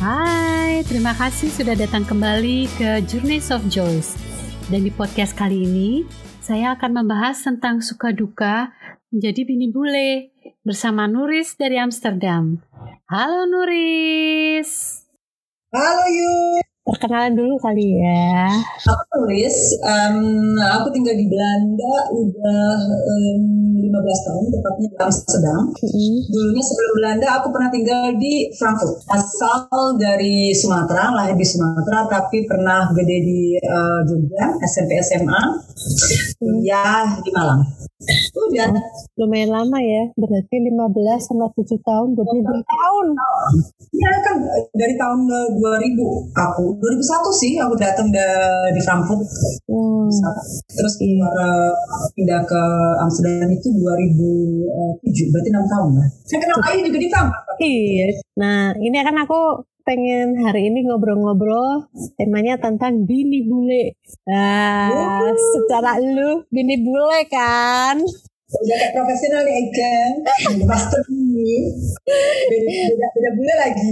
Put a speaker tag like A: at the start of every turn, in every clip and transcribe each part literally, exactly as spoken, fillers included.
A: Hai, terima kasih sudah datang kembali ke Journeys of Joyce. Dan di podcast kali ini, saya akan membahas tentang suka duka menjadi bini bule bersama Nuris dari Amsterdam. Halo Nuris.
B: Halo Yu.
A: Perkenalan dulu kali ya.
B: Aku Nuris, um, aku tinggal di Belanda udah um, lima belas tahun, tepatnya di Amsterdam. Mm-hmm. Dulunya sebelum Belanda aku pernah tinggal di Frankfurt. Asal dari Sumatera, lahir di Sumatera, tapi pernah gede di uh, Jogja, S M P S M A, kuliah di Malang. Udah.
A: Oh, lumayan lama ya, berarti lima belas sama tujuh tahun, dua puluh dua tahun.
B: Ya kan, dari tahun dua ribu aku, dua ribu satu sih aku datang di Frankfurt. Hmm. Terus uh, pindah ke Amsterdam itu dua ribu tujuh, berarti enam tahun lah. Saya kenal Ayu juga di Frankfurt.
A: Iya. Nah, ini kan aku pengen hari ini ngobrol-ngobrol temanya tentang bini bule. Nah, uh. secara lu bini bule kan?
B: Udah kayak profesional nih Aiken. Master ini. Beda, beda bule lagi.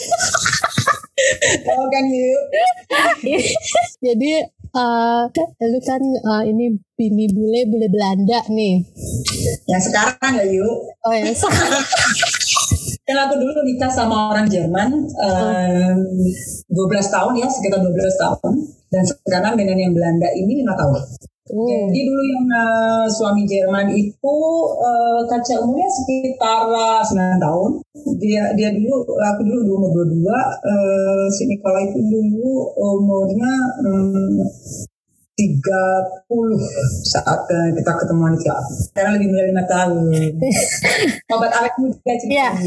B: Tahu kan yuk.
A: Jadi uh, lu kan uh, ini bini bule bule Belanda nih.
B: Yang sekarang ya yuk.
A: Oh yang sekarang.
B: Kan aku dulu nikah sama orang Jerman um, dua belas tahun ya, sekitar dua belas tahun. Dan sekarang dengan yang Belanda ini lima tahun. Hmm. Jadi dulu yang uh, suami Jerman itu uh, kaca umurnya sekitar uh, sembilan tahun. Dia dia dulu, aku dulu umur dua puluh dua. Uh, si Nikola itu dulu umurnya um, tiga puluh saat uh, kita ketemuan itu. Sekarang lebih muda lima tahun. Obat awet muda ceritanya.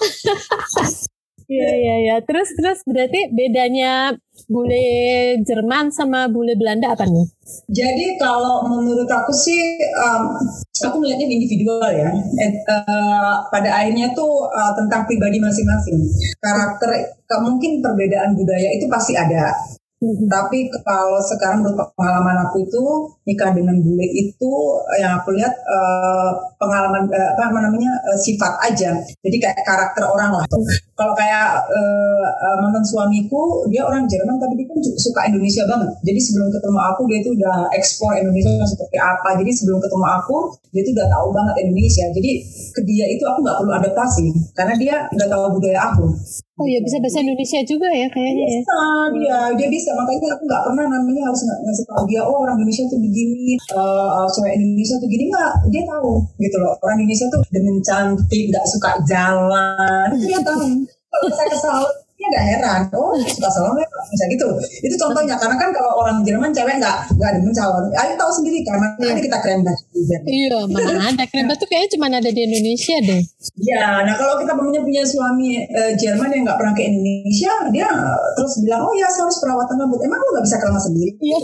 A: Iya iya iya. Terus terus berarti bedanya bule Jerman sama bule Belanda apa nih?
B: Jadi kalau menurut aku sih, um, aku melihatnya individual ya. Eh, uh, pada akhirnya tuh uh, tentang pribadi masing-masing. Karakter, mungkin perbedaan budaya itu pasti ada. Mm-hmm. Tapi kalau sekarang menurut pengalaman aku itu nikah dengan bule itu yang aku lihat uh, pengalaman uh, apa namanya uh, sifat aja. Jadi kayak karakter orang lah. Kalau kayak uh, uh, mantan suamiku, dia orang Jerman tapi dia kan suka Indonesia banget. Jadi sebelum ketemu aku dia itu udah ekspor Indonesia seperti apa. Jadi sebelum ketemu aku dia itu udah tahu banget Indonesia. Jadi ke dia itu aku nggak perlu adaptasi karena dia udah tahu budaya aku.
A: Oh iya, bisa bahasa Indonesia juga ya kayaknya ya.
B: Bisa, dia dia bisa. Makanya aku nggak pernah namanya harus ngasih tahu dia, oh orang Indonesia tuh begini, uh, cewek Indonesia tuh gini, nggak. Dia tahu gitu loh. Orang Indonesia tuh dengan cantik, nggak suka jalan. Dia tahu. Kalau saya kesal, dia nggak heran. Oh, suka salah bisa gitu. Itu contohnya. Karena kan kalau orang Jerman cewek nggak nggak ada calon. Ayo tahu sendiri karena
A: iya.
B: Ada kita keren banget.
A: Iya, mana ada keren banget tuh kayaknya cuma ada di Indonesia deh.
B: Ya, nah kalau kita punya punya suami uh, Jerman yang nggak pernah ke Indonesia, dia terus bilang, oh ya saya harus perawatan rambut. Emang lu nggak bisa keramas sendiri?
A: Iya.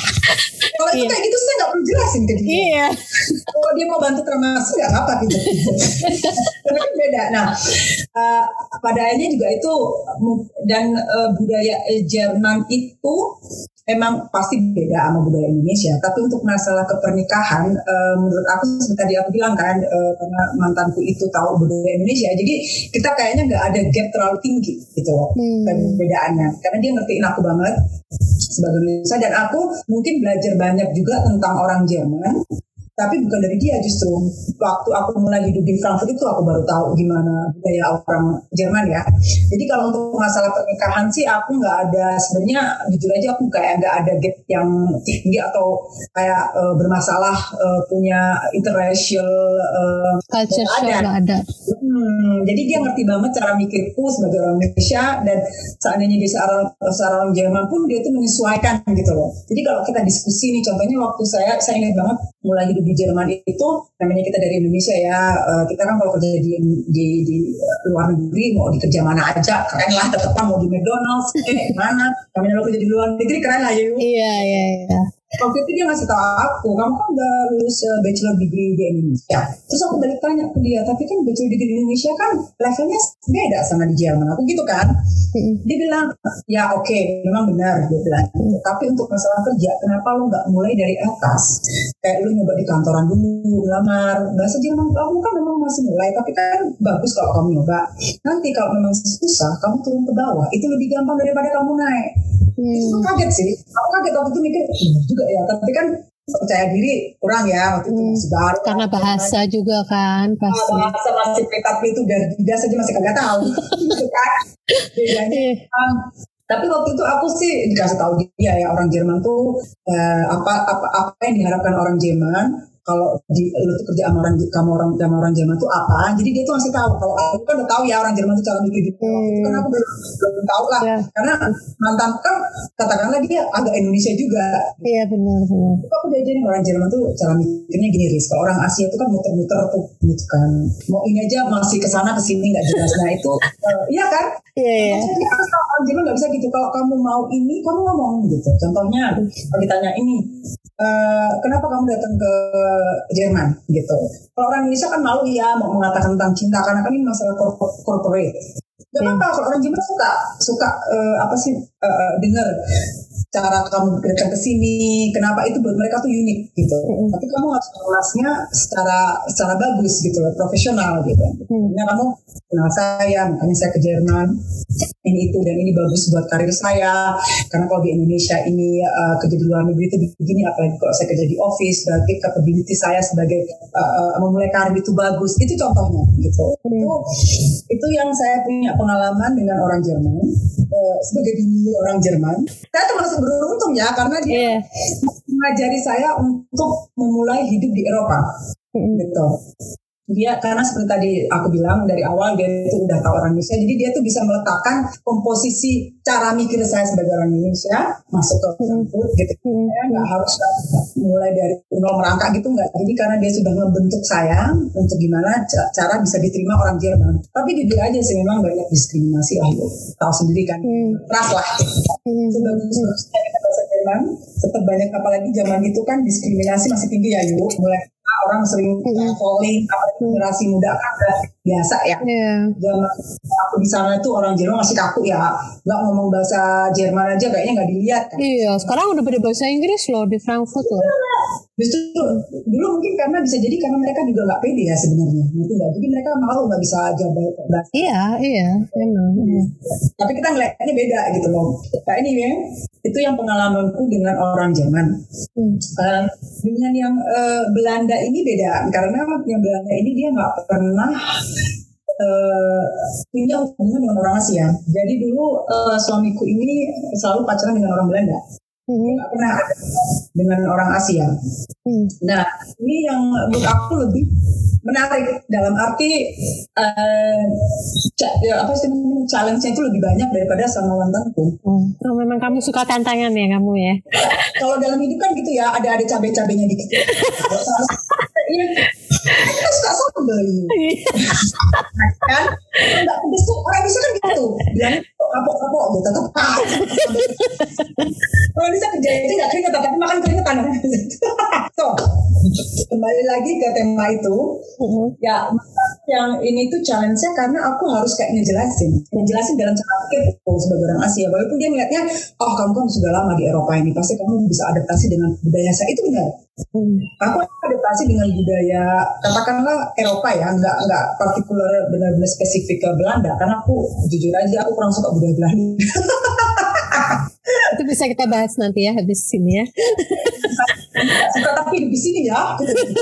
B: Kalau itu iya. Kayak gitu saya nggak perlu jelasin ke dia.
A: Iya.
B: Kalau dia mau bantu keramas nggak apa-apa gitu. Karena kan beda. Nah, uh, pada akhirnya juga itu dan uh, budaya uh, Jerman itu emang pasti beda sama budaya Indonesia. Tapi untuk masalah kepernikahan, uh, menurut aku seperti tadi aku bilang kan, uh, karena mantanku itu tahu budaya Indonesia, jadi kita kayaknya nggak ada gap terlalu tinggi gitu loh, hmm. perbedaannya. Karena dia ngertiin aku banget sebagai Indonesia dan aku mungkin belajar banyak juga tentang orang Jerman. Tapi bukan dari dia justru. Waktu aku mulai hidup di Frankfurt itu aku baru tahu gimana budaya orang Jerman ya. Jadi kalau untuk masalah pernikahan sih aku nggak ada, sebenarnya jujur aja aku kayak nggak ada gap yang tinggi atau kayak uh, bermasalah uh, punya interracial uh,
A: culture
B: ada.
A: ada.
B: Hmm, jadi dia ngerti banget cara mikirku sebagai orang Indonesia dan seandainya dia seorang, seorang Jerman pun dia itu menyesuaikan gitu loh. Jadi kalau kita diskusi nih, contohnya waktu saya saya ingat banget mulai hidup di Jerman itu, namanya kita dari Indonesia ya, uh, kita kan kalau kerja di, di, di luar negeri mau di kerja mana aja keren lah, tetap mau di McDonald's kayak mana, namanya lo kerja di luar negeri keren lah ya.
A: Iya iya iya.
B: Waktu itu dia ngasih tahu aku, kamu kan udah lulus uh, bachelor degree di Indonesia. Terus aku balik tanya ke dia, tapi kan bachelor degree di Indonesia kan levelnya beda sama di Jerman. Aku gitu kan. Mm-hmm. Dia bilang, ya oke, okay, memang benar dia bilang. Mm-hmm. Tapi untuk masalah kerja, kenapa lo nggak mulai dari atas? kayak lu nyoba di kantoran dulu, lamar bahasa Jerman kamu kan memang masih mulai, tapi kan bagus kalau kamu nyoba. Nanti kalau memang susah, kamu turun ke bawah, itu lebih gampang daripada kamu naik. Hmm. Itu kaget sih, aku kaget waktu itu mikir juga ya, tapi kan percaya diri kurang ya waktu itu masih baru.
A: Karena bahasa kan. Juga kan pasti.
B: Nah, bahasa masih petapi itu dari tidak saja masih kagak tahu, gitu kan. Bedanya. um, Tapi waktu itu aku sih dikasih tahu dia ya, orang Jerman tuh eh, apa apa apa yang diharapkan orang Jerman kalau di lu tuh kerja sama orang kamu orang sama orang Jerman tuh apa. Jadi dia tuh ngasih tahu. Kalau aku kan udah tahu ya orang Jerman tuh cara mikir gitu. Hmm. Kan aku belum, belum tahu lah. Ya. Karena mantan kan katakanlah dia agak Indonesia juga.
A: Iya benar benar.
B: Itu aku diajarin orang Jerman tuh cara mikirnya gini, Riz. Kalau orang Asia tuh kan muter-muter tuh gitu kan. Mau ini aja masih kesana kesini nggak jelas. Nah itu uh, iya kan? Iya. Maksudnya kalau orang Jerman nggak bisa gitu. Kalau kamu mau ini kamu ngomong gitu. Contohnya kalau ditanya ini. Uh, kenapa kamu datang ke Jerman gitu? Kalau orang Indonesia kan malu ya mau mengatakan tentang cinta karena kan ini masalah corporate. Gak apa-apa kalau orang Jerman suka suka uh, apa sih uh, dengar cara kamu datang ke sini, kenapa itu buat mereka tuh unik gitu. Mm-hmm. Tapi kamu harus mengelasnya secara secara bagus gitu, profesional gitu. Mm-hmm. Nah, kamu kenal saya, makanya saya ke Jerman. Ini itu dan ini bagus buat karir saya. Karena kalau di Indonesia ini uh, kerja di luar negeri itu begini, apalagi kalau saya kerja di office, berarti capability saya sebagai uh, memulai karir itu bagus. Itu contohnya gitu. Mm-hmm. Itu itu yang saya punya pengalaman dengan orang Jerman uh, sebagai bini orang Jerman. Saya tuh merasa beruntung ya karena dia yeah. mengajari saya untuk memulai hidup di Eropa. Mm-hmm. Gitu. Dia karena seperti tadi aku bilang dari awal dia itu udah tahu orang Indonesia, jadi dia tuh bisa meletakkan komposisi cara mikir saya sebagai orang Indonesia masuk ke Frankfurt gitu. Mm-hmm. Saya nggak harus mulai dari nol merangkak gitu nggak. Jadi karena dia sudah membentuk saya untuk gimana cara bisa diterima orang Jerman. Tapi jujur aja sih memang banyak diskriminasi lah, tahu sendiri kan, mm-hmm. keras lah. Mm-hmm. Sebagus-bagusnya kita bahasa Jerman, tetap banyak, apalagi zaman itu kan diskriminasi masih tinggi ya yuk. Mulai orang sering falling, apalagi generasi muda kan udah biasa ya. Yeah. Zaman aku di sana tuh orang Jerman masih kaku ya, nggak ngomong bahasa Jerman aja kayaknya nggak dilihat kan.
A: Iya, sekarang udah pada bahasa Inggris loh di Frankfurt loh.
B: Justru dulu mungkin karena bisa jadi karena mereka juga nggak pede ya sebenarnya, ngerti nggak? Jadi mereka malu nggak bisa jabat bahasa.
A: Iya, iya, emang. Hmm.
B: Tapi kita ngeliatnya beda gitu loh. Nah ini ya, itu yang pengalamanku dengan orang Jerman. Hmm. Uh, dengan yang uh, Belanda ini beda karena yang Belanda ini dia nggak pernah uh, punya hubungan dengan orang Asia. Jadi dulu uh, suamiku ini selalu pacaran dengan orang Belanda. Hmm. Nggak pernah ada dengan orang Asia. Hmm. Nah ini yang menurut aku lebih menarik dalam arti uh, ca- apa sih challenge-nya itu lebih banyak daripada sama mantanku.
A: Hmm. Oh, memang kamu suka tantangan ya kamu ya?
B: Kalau dalam hidup kan gitu ya, ada ada cabai-cabainya dikit. Iya, kita suka sambal kan? Enggak pedes tuh, orang bisa kan gitu. Bilang kapok-kapok gitu, tetap ah. Orang bisa kerja itu nggak keringetan, tapi makan keringetan. So, kembali lagi ke tema itu. Uh-huh. Ya, yang ini tuh challenge-nya karena aku harus kayak ngejelasin, ngejelasin dalam cara pikir sebagai orang Asia. Walaupun dia melihatnya, oh kamu kan sudah lama di Eropa ini, pasti kamu bisa adaptasi dengan budaya saya. Itu benar. Hmm. Aku adaptasi dengan budaya, katakanlah Eropa ya, nggak nggak partikular benar-benar spesifik ke Belanda. Karena aku jujur aja aku kurang suka budaya Belanda.
A: Itu bisa kita bahas nanti ya habis sini ya.
B: Suka tapi di sini ya.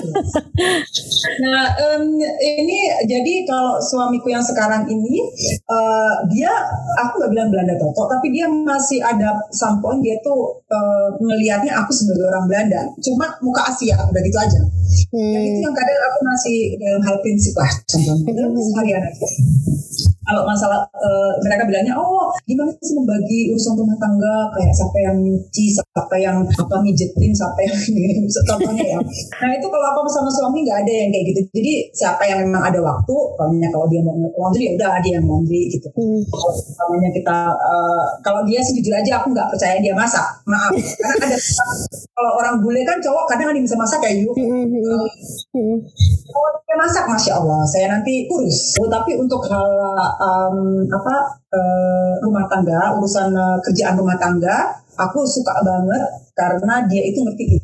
B: Nah um, ini jadi kalau suamiku yang sekarang ini uh, dia aku nggak bilang Belanda totok, tapi dia masih ada sampon dia tuh uh, ngelihatnya aku sebagai orang Belanda, cuma muka Asia udah gitu aja. Hmm. Dan itu yang kadang aku masih dalam hal prinsip lah, contohnya dalam keseharian aja. Kalau masalah uh, mereka bilangnya, oh gimana sih membagi urusan rumah tangga, kayak siapa yang nyuci, siapa yang apa mijetin, siapa yang ini, contohnya ya. Nah itu kalau aku sama suami nggak ada yang kayak gitu. Jadi siapa yang memang ada waktu, kalau kalau dia mau laundry ya udah dia yang laundry gitu. Hmm. Kalau kita, uh, kalau dia sih jujur aja aku nggak percaya dia masak, maaf. Karena ada kalau orang bule kan cowok kadang ada yang bisa masak kayak you. Hmm. Hmm. Kalau dia masak, masya Allah, saya nanti kurus. Oh, tapi untuk hal Um, apa uh, rumah tangga, urusan uh, kerjaan rumah tangga, aku suka banget karena dia itu ngerti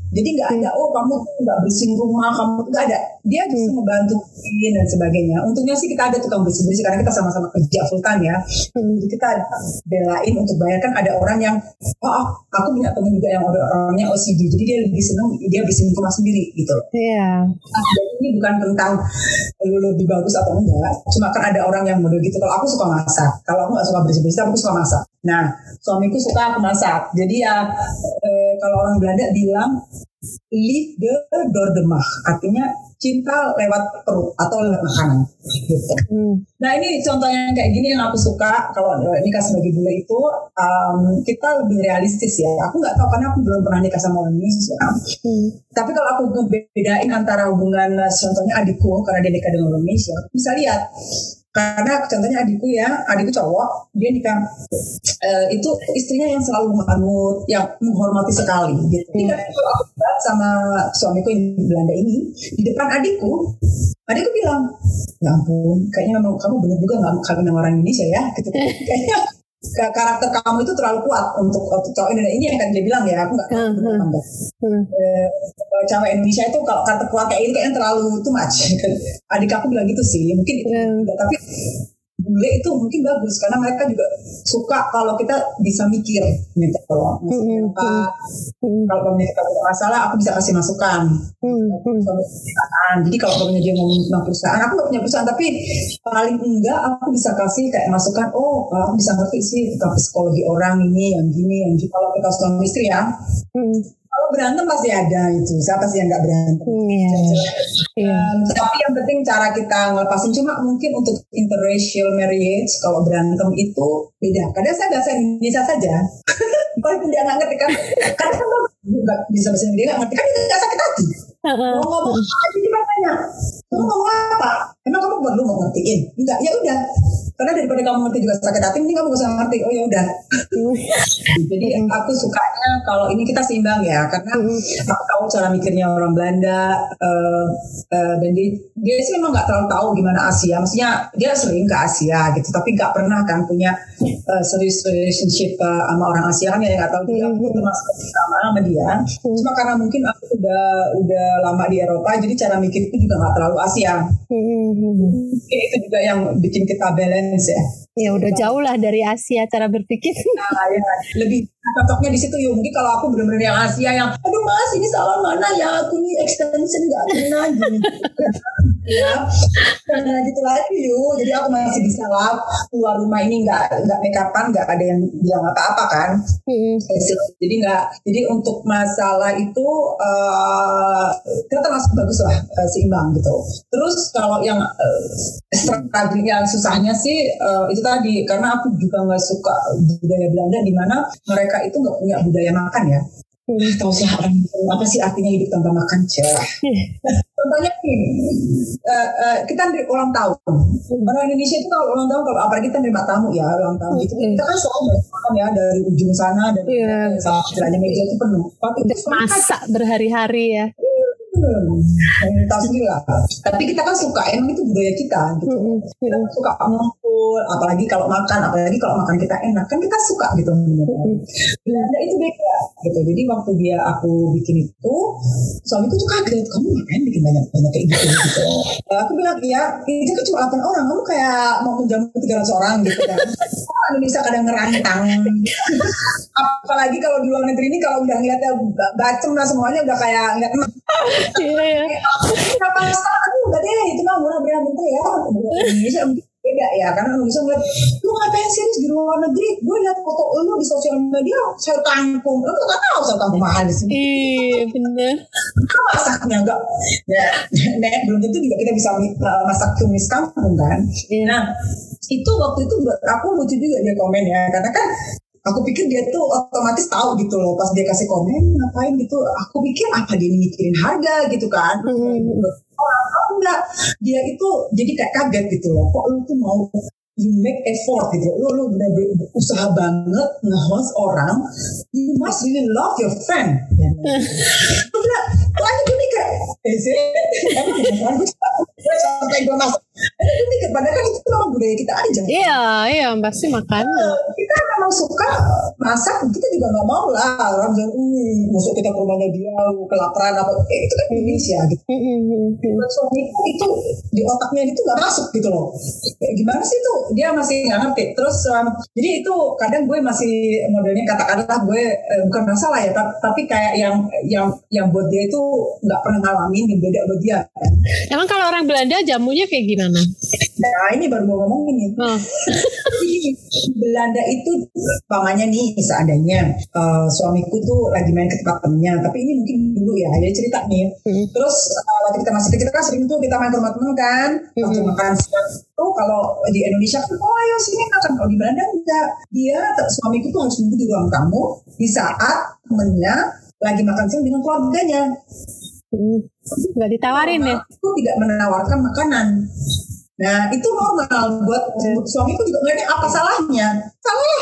B: Jadi nggak ada, oh kamu nggak bersihin rumah, kamu nggak ada. Dia justru membantu dan sebagainya. Untungnya sih kita ada tukang bersih-bersih karena kita sama-sama kerja full time ya. Jadi kita belain untuk bayar. Kan ada orang yang, oh aku punya teman juga yang orangnya O C D, jadi dia lebih senang dia bersihin rumah sendiri gitu.
C: Iya.
B: Nah, ini bukan tentang lu lebih bagus atau enggak. Cuma kan ada orang yang model gitu. Kalau aku suka masak, kalau aku nggak suka bersih-bersih, aku suka masak. Nah, suamiku suka aku masak. Jadi ya eh, kalau orang Belanda bilang lief de door de maag, artinya cinta lewat perut atau lewat makanan gitu. Hmm. Nah ini contohnya kayak gini yang aku suka. Kalau nikah sebagai bule itu um, kita lebih realistis ya. Aku nggak tahu karena aku belum pernah nikah sama orang Indonesia. Hmm. Tapi kalau aku bedain antara hubungan contohnya adikku karena dia nikah dengan orang Indonesia, bisa lihat. Karena contohnya adikku ya, adikku cowok, dia nikah uh, itu istrinya yang selalu manut, yang menghormati sekali gitu. Jadi kadang kalau aku bilang sama suamiku yang di Belanda ini, di depan adikku, adikku bilang, ya ampun, kayaknya memang kamu benar juga nggak kawin sama orang Indonesia ya, gitu. Kayaknya karakter kamu itu terlalu kuat untuk, untuk cowok Indonesia. Ini yang kan dia bilang ya, aku nggak tahu benar apa. Cewek Indonesia itu kalau karakter kuat kayak ini kayaknya terlalu too much. Adik aku bilang gitu sih, mungkin itu juga, tapi bule itu mungkin bagus karena mereka juga suka kalau kita bisa mikir minta tolong. Mm-hmm. Mm-hmm. Kalau kamu kita punya masalah, aku bisa kasih masukan. Mm-hmm. Jadi kalau kamu dia ngomong tentang perusahaan, aku nggak punya perusahaan, tapi paling enggak aku bisa kasih kayak masukan. Oh, aku bisa ngerti sih tentang psikologi orang ini, yang gini, yang gini. Kalau kita suami istri ya. Mm-hmm. Kalau berantem pasti ada itu, siapa sih yang nggak berantem? Yeah. Yeah. Um, tapi yang penting cara kita ngelepasin, cuma mungkin untuk interracial marriage kalau berantem itu beda. Kadang saya bahasa Indonesia saja, walaupun dia nggak ngerti kan, karena kan nggak bisa bahasa Indonesia nggak ngerti kan dia nggak sakit hati. Mau ngomong apa jadi tanya, kamu ngomong apa? Emang kamu perlu mau ngertiin? Enggak, ya udah. Karena daripada kamu ngerti juga sakit hati, mending kamu gak usah ngerti. Oh ya udah. Jadi aku sukanya kalau ini kita seimbang ya, karena aku tahu cara mikirnya orang Belanda, uh, uh, dan dia, dia sih memang nggak terlalu tahu gimana Asia. Maksudnya dia sering ke Asia gitu, tapi nggak pernah kan punya uh, serious relationship uh, sama orang Asia kan ya nggak tahu dia termasuk sama sama dia. Cuma karena mungkin aku udah udah lama di Eropa, jadi cara mikirku juga nggak terlalu Asia. Mungkin itu juga yang bikin kita balance ya.
C: Ya udah jauh lah dari Asia cara berpikir.
B: Nah ya lebih cocoknya di situ ya. Mungkin kalau aku benar-benar yang Asia yang aduh mas ini salah mana ya, aku ini extension nggak kena gitu. Ya karena gitu lagi yuk. Jadi aku masih bisa lah keluar rumah ini nggak nggak make upan, nggak ada yang bilang apa-apa kan. Hmm. Jadi nggak. Jadi untuk masalah itu uh, kita termasuk bagus lah, uh, seimbang gitu. Terus kalau yang uh, strategi yang susahnya sih uh, itu tadi, karena aku juga nggak suka budaya Belanda di mana mereka itu nggak punya budaya makan ya. Hmm. Tahu sih apa sih artinya hidup tanpa makan cah? Contohnya nih, uh, uh, kita dari ulang tahun. Orang Indonesia itu kalau ulang tahun, kalau apalagi kita nerima tamu ya ulang tahun gitu, kita kan selalu makan ya dari ujung sana dan yeah. Istilahnya meja itu penuh. Tapi itu
C: masak berhari-hari ya.
B: Hmm, tahu sendiri lah. Tapi kita kan suka, emang itu budaya kita gitu. Mm-hmm. Kita suka ngumpul, apalagi kalau makan, apalagi kalau makan kita enak, kan kita suka gitu. Mm-hmm. Belanda itu beda gitu. Jadi waktu dia aku bikin itu, suamiku tuh kaget, kamu ngapain bikin banyak-banyak kayak gitu gitu. Aku bilang, iya, itu kan cuma delapan orang, kamu kayak mau menjamu tiga ratus orang gitu kan. Indonesia kadang ngerantang. Apalagi kalau di luar negeri ini kalau udah ngeliatnya bacem lah semuanya udah kayak ngeliat iya ya. Kenapa sekarang aku udah deh itu mah murah-murah bentar ya. Indonesia beda ya, karena Indonesia ngeliat lu ngapain serius di luar negeri, gue liat foto lu di sosial media sayur kangkung, lu gak tau sayur kangkung mahal di sini.
C: Iya bener.
B: Kan masaknya enggak ya, nek belum tentu juga kita bisa uh, masak tumis kangkung kan. Nah itu waktu itu aku lucu juga dia komen ya, karena kan aku pikir dia tuh otomatis tahu gitu loh pas dia kasih komen ngapain gitu. Aku pikir apa dia mikirin harga gitu kan. Hmm. Oh enggak, dia itu jadi kayak kaget gitu loh. Kok lu tuh mau you make effort gitu. Lu lu udah berusaha banget nge-host orang. You must really love your friend. Ya. Lu bilang, lagi gue mikir, eh sih, emang gue sampai gue masuk. Gue mikir, padahal kan itu memang budaya kita aja.
C: Iya, iya pasti makan.
B: Kita memang orang suka masak, kita juga nggak mau lah orang bilang, uh, masuk kita ke rumahnya dia, kelaparan apa, eh, itu kan Indonesia gitu. Terus suamiku itu di otaknya itu nggak masuk gitu loh. Kayak gimana sih itu? Dia masih nggak ngerti. Terus um, jadi itu kadang gue masih modelnya katakanlah gue eh, bukan masalah ya, tapi, tapi kayak yang yang yang buat dia itu nggak pernah ngalamin dan beda buat dia. Kan?
C: Emang kalau orang Belanda jamunya kayak gimana?
B: Nah ini baru mau ngomongin nih. Oh. Belanda itu pamannya nih seandainya uh, suamiku tuh lagi main ke tempat temennya, tapi ini mungkin dulu ya, ya cerita nih. Hmm. Terus uh, waktu kita masih kecil kan sering tuh kita main ke rumah temen kan, hmm. waktu makan siang tuh kalau di Indonesia kan, oh ayo sini makan. Kalau di Belanda enggak, dia suamiku tuh harus nunggu di ruang tamu di saat temennya lagi makan siang dengan keluarganya.
C: Hmm. Nggak ditawarin ya?
B: Aku tidak menawarkan makanan. Nah itu normal buat suamiku juga ngeliatnya apa salahnya? Salah.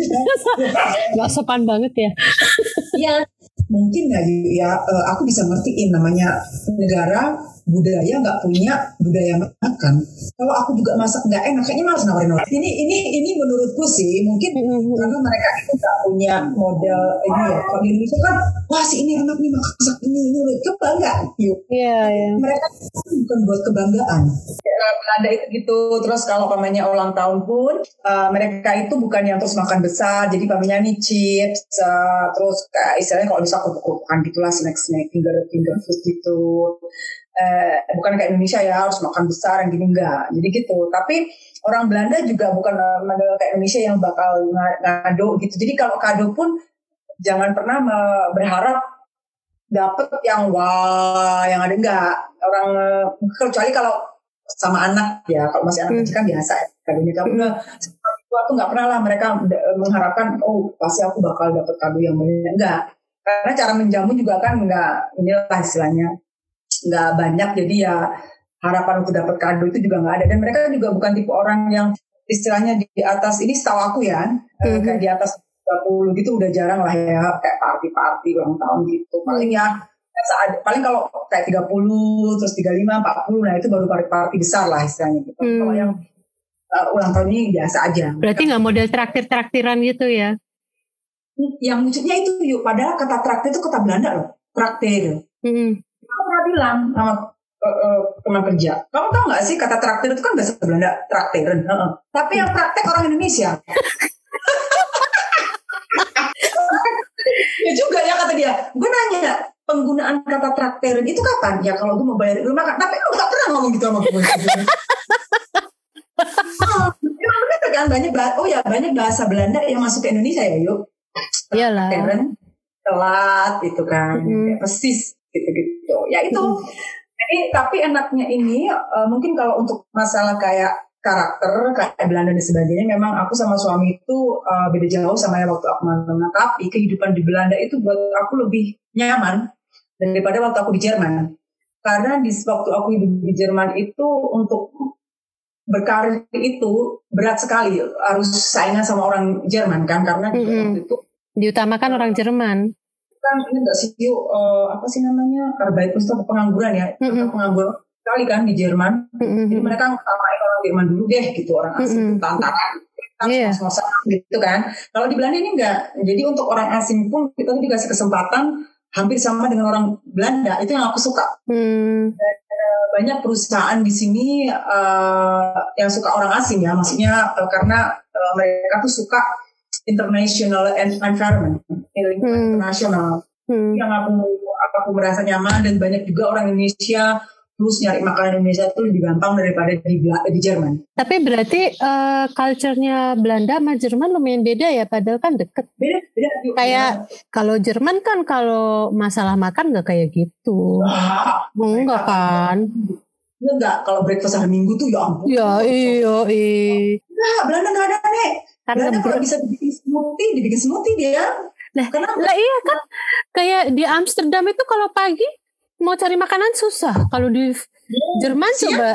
C: Gak sopan banget ya?
B: Iya. Mungkin nggak ya, aku bisa ngertiin namanya negara budaya nggak punya budaya makan. Kalau aku juga masak nggak enak, kayaknya malas nawarin orang. Ini ini ini menurutku sih mungkin mm-hmm. karena mereka itu nggak punya model ini ya. Kalau di Indonesia kan, wah si ini enak nih masak ini ini kebanggaan. Yuk.
C: Iya iya.
B: Mereka bukan buat kebanggaan. Belanda itu gitu. Terus kalau pamannya ulang tahun pun uh, mereka itu bukan yang terus makan besar. Jadi pamannya nih chips, uh, terus kayak istilahnya kalau bisa kerupuk-kerupukan gitulah, snack-snack, finger finger food gitu. Uh, bukan kayak Indonesia ya harus makan besar yang gini enggak. Jadi gitu. Tapi orang Belanda juga bukan model kayak Indonesia yang bakal ngado gitu. Jadi kalau kado pun jangan pernah berharap dapet yang wah yang ada enggak. Orang kecuali kalau sama anak ya, kalau masih anak kecil kan biasa ya kadonya. Tapi enggak, aku nggak pernah lah mereka mengharapkan oh pasti aku bakal dapet kado yang banyak. Enggak, karena cara menjamu juga kan enggak, inilah istilahnya nggak banyak, jadi ya harapan untuk dapat kado itu juga nggak ada. Dan mereka juga bukan tipe orang yang istilahnya di atas, ini setahu aku ya, mm-hmm. kayak di atas tiga puluh gitu udah jarang lah ya, kayak party-party ulang tahun gitu. Paling ya saat, paling kalau kayak tiga puluh terus tiga puluh lima, empat puluh, nah itu baru party-party besar lah istilahnya gitu. Mm. Kalau yang uh, ulang tahun ini biasa aja.
C: Berarti nggak model traktir-traktiran gitu ya?
B: Yang lucunya itu yuk, padahal kata traktir itu kata Belanda loh, traktir. Mm. Aku pernah bilang sama uh, uh, teman kerja, kamu tahu nggak sih kata traktir itu kan bahasa Belanda, traktiren. Uh-uh. Tapi yang praktek orang Indonesia. Ya juga ya kata dia. Gue nanya, penggunaan kata traktiren itu kapan? Ya kalau gue mau bayar rumah makan. Tapi lu nggak pernah ngomong gitu sama gue. Oh, ya bener kan banyak bahasa. Oh ya banyak bahasa Belanda yang masuk ke Indonesia ya yuk.
C: Iyalah.
B: Traktiren, telat itu kan, mm-hmm. ya, persis. Gitu-gitu ya itu. Hmm. Jadi tapi enaknya ini uh, mungkin kalau untuk masalah kayak karakter kayak Belanda dan sebagainya, memang aku sama suami itu uh, beda jauh sama yang waktu aku mana. Tapi kehidupan di Belanda itu buat aku lebih nyaman daripada waktu aku di Jerman. Karena di waktu aku hidup di Jerman itu untuk berkarir itu berat sekali, harus saingan sama orang Jerman kan, karena
C: hmm.
B: waktu itu
C: diutamakan uh, orang Jerman.
B: Kan ini enggak sih yuk uh, apa sih namanya Arbeit itu pengangguran ya, mm-hmm. pengangguran sekali kan di Jerman. Mm-hmm. Jadi mereka utamain orang Jerman dulu deh gitu, orang asing mm-hmm. tantangan yeah. sama-sama gitu kan. Kalau di Belanda ini enggak, jadi untuk orang asing pun kita dikasih kesempatan hampir sama dengan orang Belanda, itu yang aku suka. Mm. Dan, uh, banyak perusahaan di sini uh, yang suka orang asing ya, maksudnya uh, karena uh, mereka tuh suka international environment, hmm. internasional, hmm. yang aku aku merasa nyaman, dan banyak juga orang Indonesia terus nyari makanan Indonesia itu lebih gampang daripada di, di Jerman.
C: Tapi berarti uh, culture-nya Belanda sama Jerman lumayan beda ya, padahal kan deket.
B: Beda, beda. Yuk,
C: kayak
B: ya.
C: Kalau Jerman kan kalau masalah makan nggak kayak gitu, ah, enggak kan?
B: Enggak, kalau breakfast hari Minggu tuh ya ampun.
C: Ya iyo iya.
B: Enggak, Belanda nggak ada nih.
C: Karena
B: kalau bisa dibikin smoothie, dibikin smoothie dia.
C: Lah, lah iya kan, kayak di Amsterdam itu kalau pagi mau cari makanan susah. Kalau di ya, Jerman siang, coba.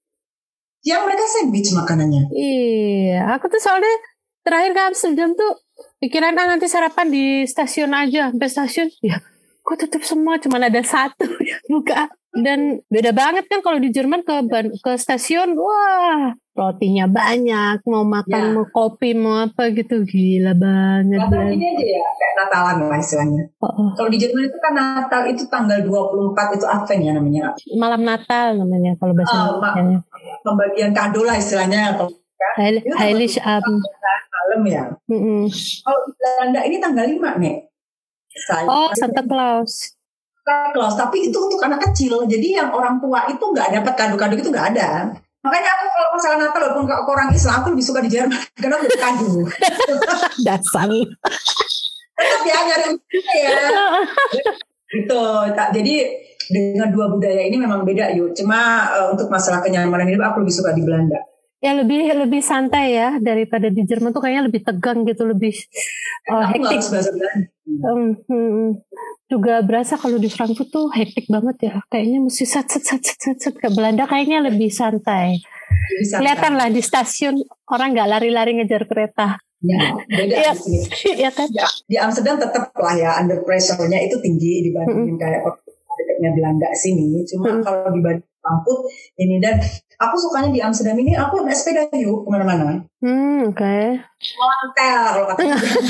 B: Siang mereka sandwich makanannya.
C: Iya, aku tuh soalnya terakhir ke Amsterdam tuh pikiran ah nanti sarapan di stasiun aja, sampai stasiun ya. Kok tutup semua, cuma ada satu yang buka. Dan beda banget kan kalau di Jerman ke ke stasiun, wah rotinya banyak, mau makan,
B: Ya.
C: mau kopi, mau apa gitu, gila banget.
B: Natal
C: Belanda.
B: ini aja ya, kayak Natalan lah istilahnya.
C: Oh, oh.
B: Kalau di Jerman itu kan Natal itu tanggal dua puluh empat itu Advent ya namanya.
C: Malam Natal namanya kalau bahasa
B: Oh, ma-
C: Indonesia.
B: Pembagian kado lah istilahnya. Atau, kan?
C: Heil-
B: Itu tanggal
C: Heilig Abend.
B: malam ya.
C: Mm-mm.
B: Kalau di Belanda ini tanggal lima nih. Saya
C: Oh, Santa Claus.
B: Claus, tapi itu untuk anak kecil. Jadi yang orang tua itu nggak dapat kado-kado itu nggak ada. Makanya aku kalau masalah Natal walaupun ke orang Islam aku lebih suka di Jerman karena udah kado.
C: Dasar.
B: Tetap ya nyari untuknya ya. Gitu. Tak- Jadi dengan dua budaya ini memang beda yuk. Cuma uh, untuk masalah kenyamanan hidup aku lebih suka di Belanda.
C: Ya lebih lebih santai ya daripada di Jerman tuh kayaknya lebih tegang gitu, lebih uh,
B: Aku nggak
C: hektik.
B: harus bahasa Belanda.
C: Um, hmm, juga berasa kalau di Frankfurt tuh hektik banget ya. Kayaknya mesti sat sat sat sat sat, sat. Ke Belanda kayaknya lebih santai.
B: Jadi santai.
C: Kelihatan lah di stasiun orang nggak lari-lari ngejar kereta.
B: Ya, beda
C: Iya,
B: di sini.
C: iya kan?
B: Ya, di Amsterdam tetap lah ya under pressure-nya itu tinggi dibandingin kayak dekatnya Belanda sini. Cuma
C: Mm-mm.
B: kalau dibanding Frankfurt ini, dan aku sukanya di Amsterdam ini aku naik sepeda yuk kemana-mana.
C: Hmm, oke.
B: Mantel kalau kata.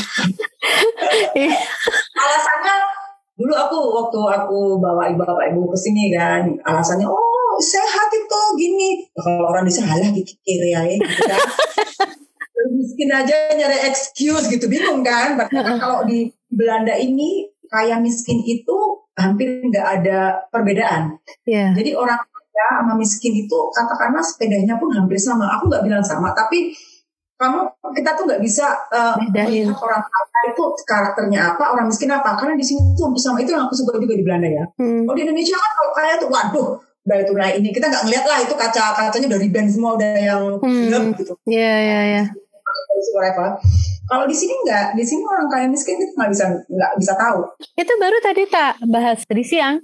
B: Alasannya dulu aku waktu aku bawa ibu bapak ibu ke sini kan, alasannya oh sehat itu gini. Kalau orang di sana lah kiri ya gitu kan. Miskin aja nyari excuse gitu, bingung kan. Bahkan kalau di Belanda ini kaya miskin itu hampir nggak ada perbedaan.
C: Yeah.
B: Jadi orang kaya sama miskin itu katakanlah sepedanya pun hampir sama. Aku nggak bilang sama, tapi kamu kita tuh nggak bisa uh,
C: Bedain.
B: melihat orang kaya itu karakternya apa, orang miskin apa. Karena di sini tuh hampir sama. Itu yang aku suka juga di Belanda ya.
C: Hmm.
B: Kalau di Indonesia kan kalau kaya tuh waduh, udah itu nah ini kita nggak ngeliat lah itu kaca kacanya udah riben semua udah yang
C: Hmm.
B: gelap gitu.
C: Iya, iya, iya.
B: Kalau di sini enggak, di sini orang kaya miskin itu nggak bisa nggak bisa tahu.
C: Itu baru tadi tak bahas tadi siang.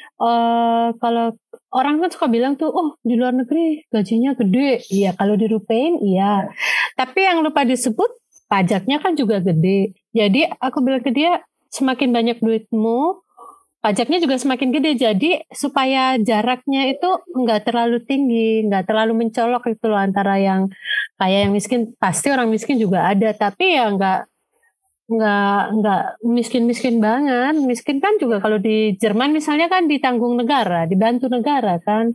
C: Eh kalau orang kan suka bilang tuh, oh di luar negeri gajinya gede. Iya, kalau dirupain iya. Tapi yang lupa disebut pajaknya kan juga gede. Jadi aku bilang ke dia, semakin banyak duitmu, pajaknya juga semakin gede. Jadi supaya jaraknya itu nggak terlalu tinggi, nggak terlalu mencolok itu loh antara yang kaya yang miskin. Pasti orang miskin juga ada, tapi ya nggak nggak nggak miskin-miskin banget. Miskin kan juga kalau di Jerman misalnya kan ditanggung negara, dibantu negara kan.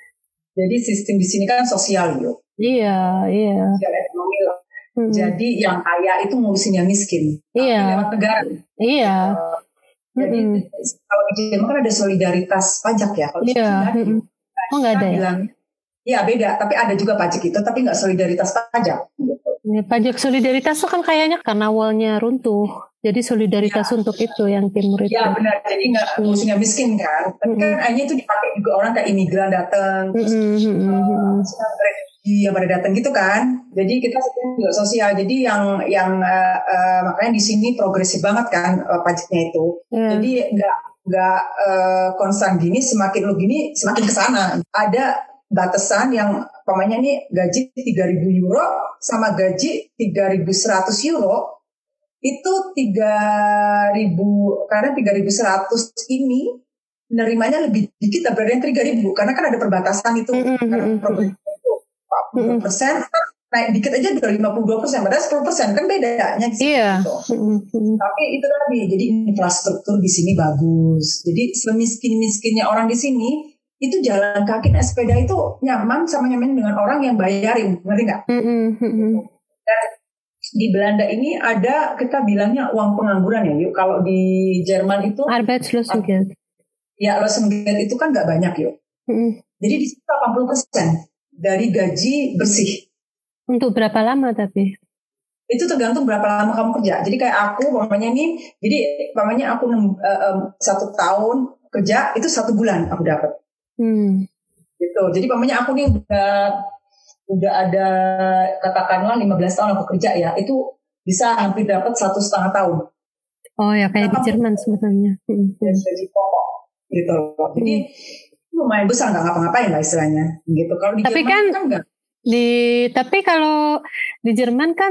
B: Jadi sistem di sini kan sosial yuk,
C: Iya, iya.
B: sosial ekonomi lah.
C: Hmm.
B: Jadi yang kaya itu ngurusin yang miskin, tapi
C: Iya.
B: lewat negara.
C: Iya.
B: Uh, jadi
C: Mm-mm.
B: kalau di Jerman kan ada solidaritas pajak ya. Kalau di sini
C: Iya.
B: nggak ada.
C: Mm-mm. Oh nggak ada ya?
B: Bilang, ya beda, tapi ada juga pajak itu, tapi nggak solidaritas pajak. Gitu.
C: Ya, pajak solidaritas tuh kan kayaknya karena awalnya runtuh. Jadi solidaritas
B: Ya.
C: untuk itu yang timur itu.
B: Ya benar, jadi nggak ngurusin yang miskin kan. Tapi kan hanya itu dipakai juga orang kayak imigran datang, terus
C: Mm-mm, mm-mm.
B: refugee yang pada datang gitu kan. Jadi kita juga sosial. Jadi yang yang uh, uh, makanya di sini progresif banget kan uh, pajaknya itu.
C: Iya.
B: Jadi nggak nggak uh, konstan gini, semakin lu gini semakin kesana. Ada batasan yang pokoknya ini gaji tiga ribu euro sama gaji tiga ribu seratus euro itu tiga ribu, karena tiga ribu seratus ini nerimanya lebih dikit daripada yang tiga ribu karena kan ada perbatasan itu.
C: Mm-mm,
B: Karena
C: mm-mm.
B: program itu empat puluh persen naik dikit aja udah lima puluh dua persen, padahal sepuluh persen kan bedanya di sini.
C: Iya.
B: Gitu.
C: Mm-mm, mm-mm.
B: Tapi itu tadi, jadi infrastruktur di sini bagus. Jadi semiskin-miskinnya orang di sini itu jalan kaki naik sepeda itu nyaman sama nyaman dengan orang yang bayarin, ngerti nggak?
C: Mm-mm, mm-mm.
B: Dan di Belanda ini ada, kita bilangnya uang pengangguran ya yuk. Kalau di Jerman itu
C: Arbeitslosengeld.
B: ya Losengeld itu kan nggak banyak yuk.
C: Mm-mm.
B: Jadi di situ delapan puluh persen dari gaji bersih.
C: Untuk berapa lama tapi?
B: Itu tergantung berapa lama kamu kerja. Jadi kayak aku, umpamanya nih, jadi umpamanya aku nem, uh, um, satu tahun kerja itu satu bulan aku dapat.
C: Hmm.
B: Gitu. Jadi umpamanya aku nih udah udah ada katakanlah lima belas tahun aku kerja ya, itu bisa hampir dapat satu setengah tahun.
C: Oh ya kayak di Jerman sebenarnya. Mm-mm.
B: Dari gaji pokok gitu. Jadi lumayan besar, nggak ngapa-ngapain lah istilahnya. Gitu. Kalau di
C: Tapi
B: Jerman
C: kan,
B: kan enggak.
C: Di tapi kalau di Jerman kan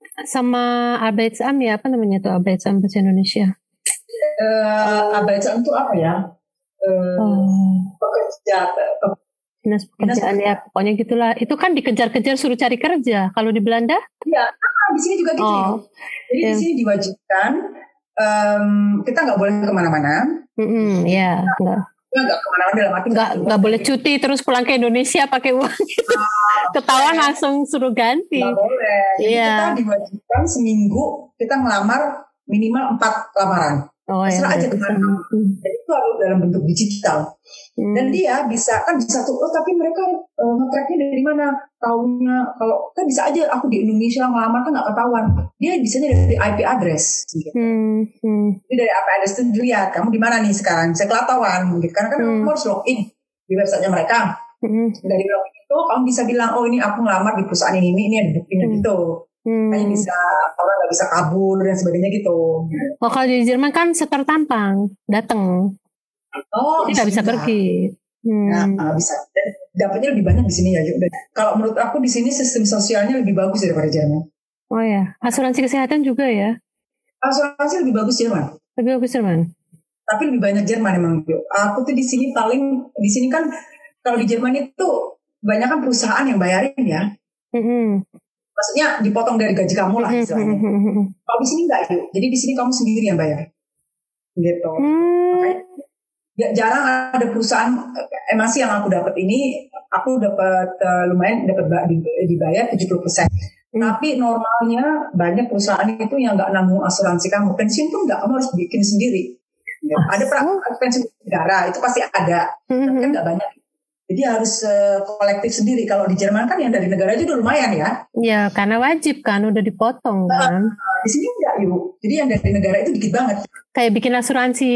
C: sama Arbeitsamt ya, apa namanya tuh Arbeitsamt bahasa Indonesia?
B: Uh, Arbeitsamt itu apa ya? Uh,
C: Oh.
B: Pekerja, pe,
C: Dinas pekerjaan ya, pokoknya gitulah. Itu kan dikejar-kejar suruh cari kerja. Kalau di Belanda?
B: Iya, ah, di sini juga gitu.
C: Oh,
B: Jadi
C: iya.
B: di sini diwajibkan um, kita nggak boleh kemana-mana.
C: Mm-mm, ya, nggak
B: Nggak kemana-mana dalam arti
C: nggak nggak boleh cuti terus pulang ke Indonesia pakai uang. Ketahuan langsung suruh ganti.
B: Nggak boleh. Jadi
C: Iya.
B: kita diwajibkan seminggu kita ngelamar minimal empat lamaran.
C: Oh ya.
B: Terserah aja
C: berarti
B: kemana.
C: sama. Hmm.
B: Jadi itu harus dalam bentuk digital.
C: Hmm.
B: Dan dia bisa kan bisa tuh, oh tapi mereka uh, nge-tracknya dari mana? Tahunya kalau kan bisa aja aku di Indonesia ngelamar kan nggak ketahuan. Dia bisanya dari I P address. Gitu.
C: Hmm. Hmm.
B: Jadi dari I P address itu dilihat kamu di mana nih sekarang. Bisa ketahuan. Gitu. Karena kan
C: Hmm.
B: kamu harus login di websitenya mereka.
C: Hmm.
B: Dari login itu kamu bisa bilang, oh ini aku ngelamar di perusahaan ini, ini ada buktinya
C: Hmm.
B: gitu.
C: Hmm.
B: Hanya bisa orang nggak bisa kabur dan sebagainya gitu.
C: Oh kalau di Jerman kan setor tampang datang,
B: Oh,
C: jadi nggak bisa
B: enggak.
C: pergi. Hmm.
B: Nah, nggak bisa. Dan dapatnya lebih banyak di sini ya. Dan kalau menurut aku di sini sistem sosialnya lebih bagus daripada Jerman.
C: Oh ya, asuransi kesehatan juga ya,
B: Asuransi lebih bagus Jerman,
C: lebih bagus Jerman.
B: tapi lebih banyak Jerman emang. Aku tuh di sini paling di sini kan kalau di Jerman itu banyak kan perusahaan yang bayarin ya.
C: Hmm.
B: Maksudnya dipotong dari gaji kamu lah istilahnya.
C: Hmm.
B: Kalau di sini enggak yuk. Jadi di sini kamu sendiri yang bayar. Gitu. Makanya ya, jarang ada perusahaan emang sih yang aku dapat ini aku dapat uh, lumayan dapat dibayar tujuh puluh persen.
C: Hmm.
B: Tapi normalnya banyak perusahaan itu yang nggak nanggung asuransi kamu. Pensiun pun nggak, kamu harus bikin sendiri. Ya,
C: Ah,
B: ada pra, pensiun negara itu pasti ada, tapi kan nggak banyak. Jadi harus uh, kolektif sendiri. Kalau di Jerman kan yang dari negara aja udah lumayan ya.
C: Ya karena wajib kan, udah dipotong kan.
B: Nah, di sini enggak yuk. Jadi yang dari negara itu dikit banget.
C: Kayak bikin asuransi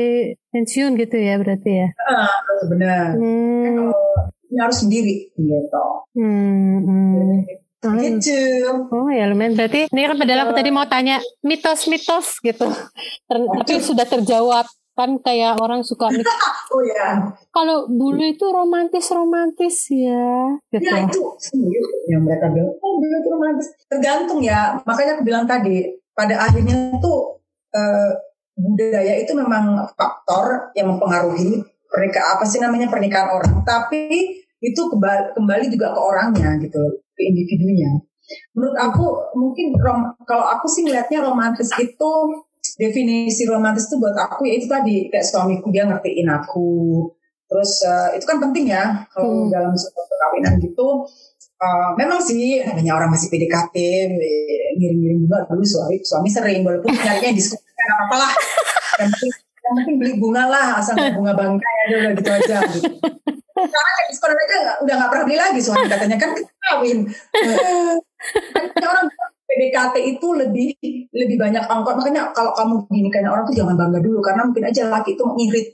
C: pensiun gitu ya berarti ya.
B: Ah, benar.
C: Hmm.
B: Kan kalau ini harus sendiri gitu.
C: Hmm. Hmm.
B: Gitu.
C: Oh ya lumayan, berarti ini kan padahal aku tadi mau tanya mitos-mitos gitu, Ter- tapi sudah terjawab kan, kayak orang suka mitos.
B: Oh ya.
C: Kalau bule itu romantis-romantis ya gitu.
B: Ya itu yang mereka bilang, oh bule itu romantis. Tergantung ya, makanya aku bilang tadi, pada akhirnya tuh eh, budaya itu memang faktor yang mempengaruhi pernikahan, apa sih namanya pernikahan orang, tapi itu kembali, kembali juga ke orangnya gitu, ke individunya. Menurut aku mungkin rom, kalau aku sih melihatnya romantis itu, definisi romantis itu buat aku ya itu tadi, kayak suamiku dia ngertiin aku, terus uh, itu kan penting ya kalau
C: Hmm.
B: dalam sebuah perkawinan gitu. Uh, memang sih namanya orang masih P D K T, eh, ngirim-ngirim juga dulu suami suami sering, walaupun nyarinya diskusi kan apa lah, yang penting, yang penting beli bunga lah, asal nggak bunga bangkai aja udah gitu aja gitu. Sekarang kayak diskon aja nggak- udah nggak pernah beli lagi, suami katanya kan kita kawin. Eh, kan orang P D K T itu lebih lebih banyak angkot, makanya kalau kamu gini kayaknya orang tuh jangan bangga dulu karena mungkin aja laki itu mau ngirit.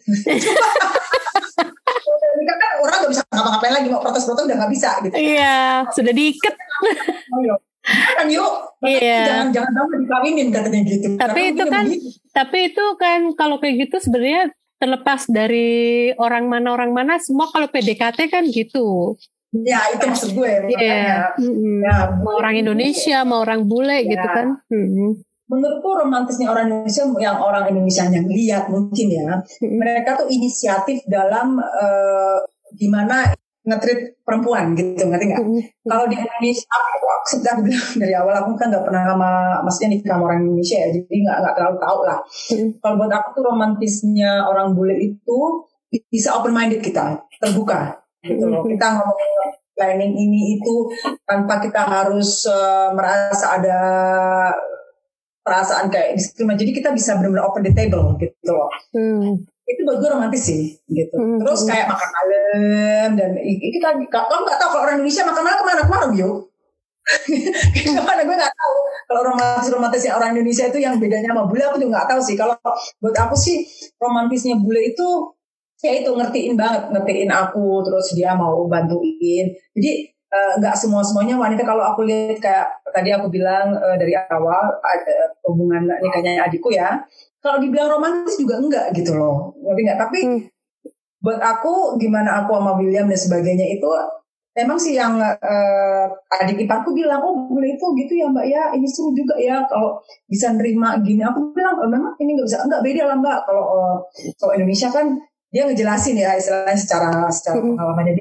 B: Nikah kan orang nggak bisa ngapa-ngapain lagi, mau protes-protes udah nggak bisa gitu.
C: Iya, sudah diikat.
B: Oh, yuk. Kan yuk, makanya
C: Iya.
B: jangan jangan kamu dikawinin katanya gitu.
C: Tapi
B: Karena
C: itu
B: mungkin
C: kan,
B: begitu.
C: tapi itu kan kalau kayak gitu sebenarnya terlepas dari orang mana orang mana, semua kalau P D K T kan gitu.
B: Ya itu maksud gue.
C: Iya.
B: Makanya.
C: Mm-mm.
B: Ya,
C: Mau orang Indonesia, mau orang bule
B: Ya.
C: gitu kan. Mm-mm.
B: menurutku romantisnya orang Indonesia, yang orang Indonesia yang lihat mungkin ya,
C: Mm-mm.
B: mereka tuh inisiatif dalam eh, gimana nge-treat perempuan gitu, ngerti nggak?
C: Mm-mm.
B: Kalau di Indonesia, aku, aku sudah bilang dari awal, aku kan nggak pernah sama, maksudnya nikah sama orang Indonesia ya, jadi nggak nggak terlalu tahu lah.
C: Mm-mm.
B: Kalau buat aku tuh romantisnya orang bule itu bisa open minded, kita terbuka gitu loh. Kita ngomongin planning ini itu tanpa kita harus eh, merasa ada perasaan kayak diskriminasi. Jadi kita bisa benar-benar open the table gitu loh.
C: Hmm.
B: Itu buat gue romantis sih gitu.
C: Hmm.
B: Terus kayak makan malam dan itu kan kalau nggak tahu kalau orang Indonesia makan malam kemana kemana yuk. Kemana gue nggak tahu. Kalau romantis romantisnya orang Indonesia itu yang bedanya sama bule aku juga nggak tahu sih. Kalau buat aku sih romantisnya bule itu ya itu ngertiin banget, ngertiin aku, terus dia mau bantuin. Jadi nggak uh, semua semuanya wanita. Kalau aku lihat kayak tadi aku bilang uh, dari awal uh, hubungan nikahnya adikku ya, kalau dibilang romantis juga enggak gitu loh, ngerti nggak? Tapi hmm. buat aku gimana aku sama William dan sebagainya itu memang sih yang uh, adik iparku bilang, oh boleh itu gitu ya mbak ya, ini seru juga ya kalau bisa nerima gini. Aku bilang oh, memang ini nggak bisa, enggak beda lah mbak. Kalau uh, kalau Indonesia kan dia ngejelasin ya istilahnya secara secara pengalamannya dia.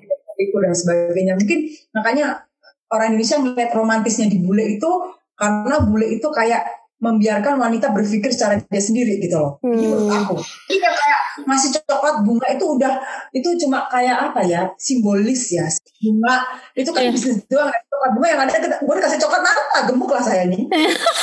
B: itu dan sebagainya. Mungkin makanya orang Indonesia melihat romantisnya di bule itu karena bule itu kayak membiarkan wanita berpikir secara dia sendiri gitu loh. Hmm. Ini menurut aku. Ini kayak ngasih coklat bunga itu udah itu cuma kayak apa ya, simbolis ya. Bunga itu kan yeah. bisnis doang. Coklat bunga yang ada gue dikasih coklat apa gemuk lah saya nih.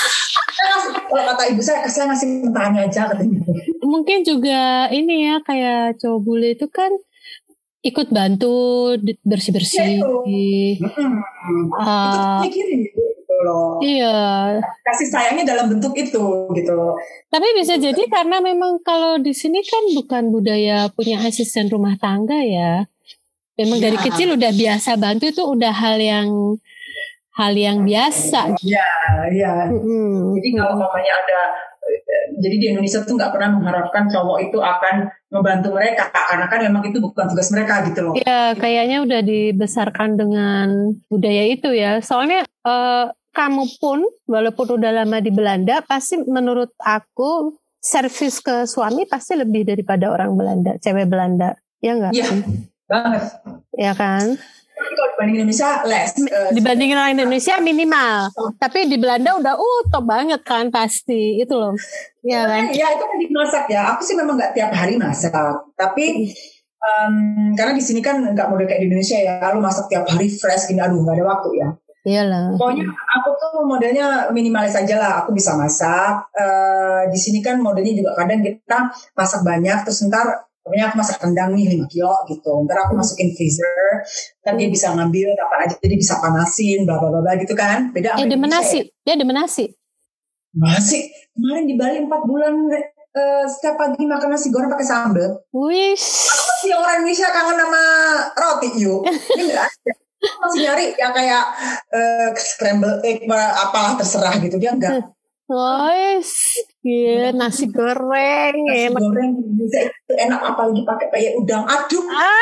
B: Kalau kata ibu saya, saya ngasih mentahnya aja katanya.
C: Mungkin juga ini ya kayak cowok bule itu kan ikut bantu bersih-bersih.
B: Ya, itu. Hmm. Uh, itu mikirin gitu loh.
C: Iya.
B: Kasih sayangnya dalam bentuk itu gitu loh.
C: Tapi bisa jadi karena memang kalau di sini kan bukan budaya punya asisten rumah tangga ya. Memang ya. Dari kecil udah biasa bantu itu udah hal yang hal yang biasa.
B: Iya, iya. Mm-hmm. Jadi kalau mamanya ada, jadi di Indonesia tuh nggak pernah mengharapkan cowok itu akan membantu mereka karena kan memang itu bukan tugas mereka gitu loh.
C: Iya, kayaknya udah dibesarkan dengan budaya itu ya. Soalnya uh, kamu pun walaupun udah lama di Belanda, pasti menurut aku servis ke suami pasti lebih daripada orang Belanda, cewek Belanda, ya nggak?
B: Iya, banget.
C: Ya kan?
B: Tapi kalau dibanding Indonesia less. Uh,
C: dibandingin orang Indonesia minimal. Oh. Tapi di Belanda udah uh top banget kan pasti. Itu loh. Iya kan?
B: Iya itu kan dimasak ya. Aku sih memang gak tiap hari masak. Tapi um, karena di sini kan gak model kayak di Indonesia ya. Lu masak tiap hari fresh gini. Aduh gak ada waktu ya.
C: Iyalah.
B: Pokoknya aku tuh modelnya minimalis aja lah. Aku bisa masak. Uh, di sini kan modelnya juga kadang kita masak banyak. Terus ntar pokoknya aku masak rendang nih lima kilo gitu. Ntar aku masukin freezer. Ntar dia bisa ngambil kapan aja. Jadi bisa panasin bla bla bla gitu kan. Beda
C: sama Indonesia. Nasi. Ya demen nasi.
B: Nasi. Kemarin di Bali empat bulan uh, setiap pagi makan nasi goreng pakai sambal.
C: Wish.
B: Aku masih orang Indonesia kangen sama roti yuk. Ini enggak ada. Aku masih nyari yang kayak uh, scramble egg apalah terserah gitu. Dia enggak.
C: Guys, yeah, nasi goreng,
B: nasi enak. goreng bisa itu enak apalagi pakai kayak udang aduk. Ah.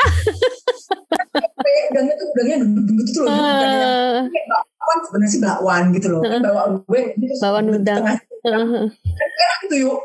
B: Kayak udangnya tuh udangnya gendut tuh loh, uh. kayak bakwan sebenarnya sih bakwan gitu loh, uh. bakwan gue,
C: bakwan udang.
B: Uh. Enak gitu yuk.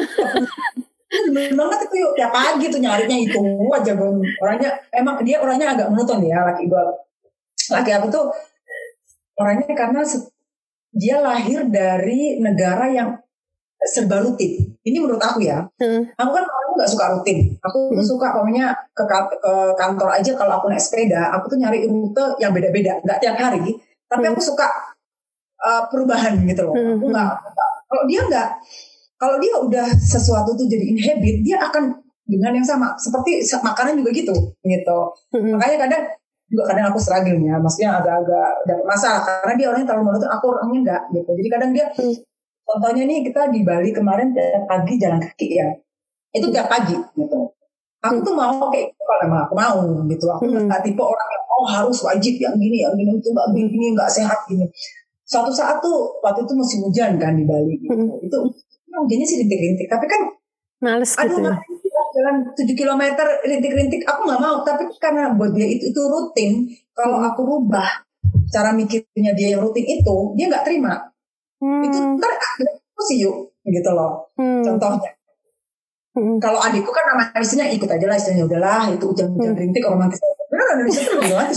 B: Bener banget itu yuk, tiap pagi tuh nyarinya itu aja bang. Orangnya emang dia orangnya agak monoton ya laki gue. Laki aku tuh orangnya karena dia lahir dari negara yang serba rutin. Ini menurut aku ya. Hmm. Aku kan orangnya nggak suka rutin. Aku hmm. tuh suka pokoknya ke, ke kantor aja kalau aku naik sepeda. Aku tuh nyari rute yang beda-beda. Nggak tiap hari. Tapi hmm. aku suka uh, perubahan gitu loh. Hmm. Aku nggak. Kalau dia nggak. Kalau dia udah sesuatu tuh jadi habit, dia akan dengan yang sama. Seperti makanan juga gitu. Gitu. Hmm. Makanya kadang juga kadang aku struggle ya, maksudnya agak-agak dapat masalah karena dia orangnya terlalu monoton, aku orangnya enggak gitu. Jadi kadang dia, hmm. contohnya nih kita di Bali kemarin tiap pagi jalan kaki ya, itu tiap pagi gitu. Aku hmm. tuh mau kayak itu kalau memang aku mau gitu. Aku hmm. nggak tipe orang yang oh harus wajib yang gini, yang gini itu nggak gini, nggak sehat gini. Suatu saat tuh waktu itu musim hujan kan di Bali, gitu. Hmm. Itu hujannya sih rintik-rintik, tapi kan
C: males
B: aduh,
C: gitu.
B: Jalan tujuh kilometer rintik-rintik aku nggak mau, tapi karena buat dia itu, itu rutin. Kalau hmm. aku rubah cara mikirnya dia yang rutin itu, dia nggak terima. Hmm. Itu ntar aku sih yuk gitu loh. Hmm. Contohnya hmm. kalau adikku kan nama istrinya ikut aja lah, istilahnya udahlah itu hujan-hujan hmm. rintik romantis. Benar Indonesia tuh romantis.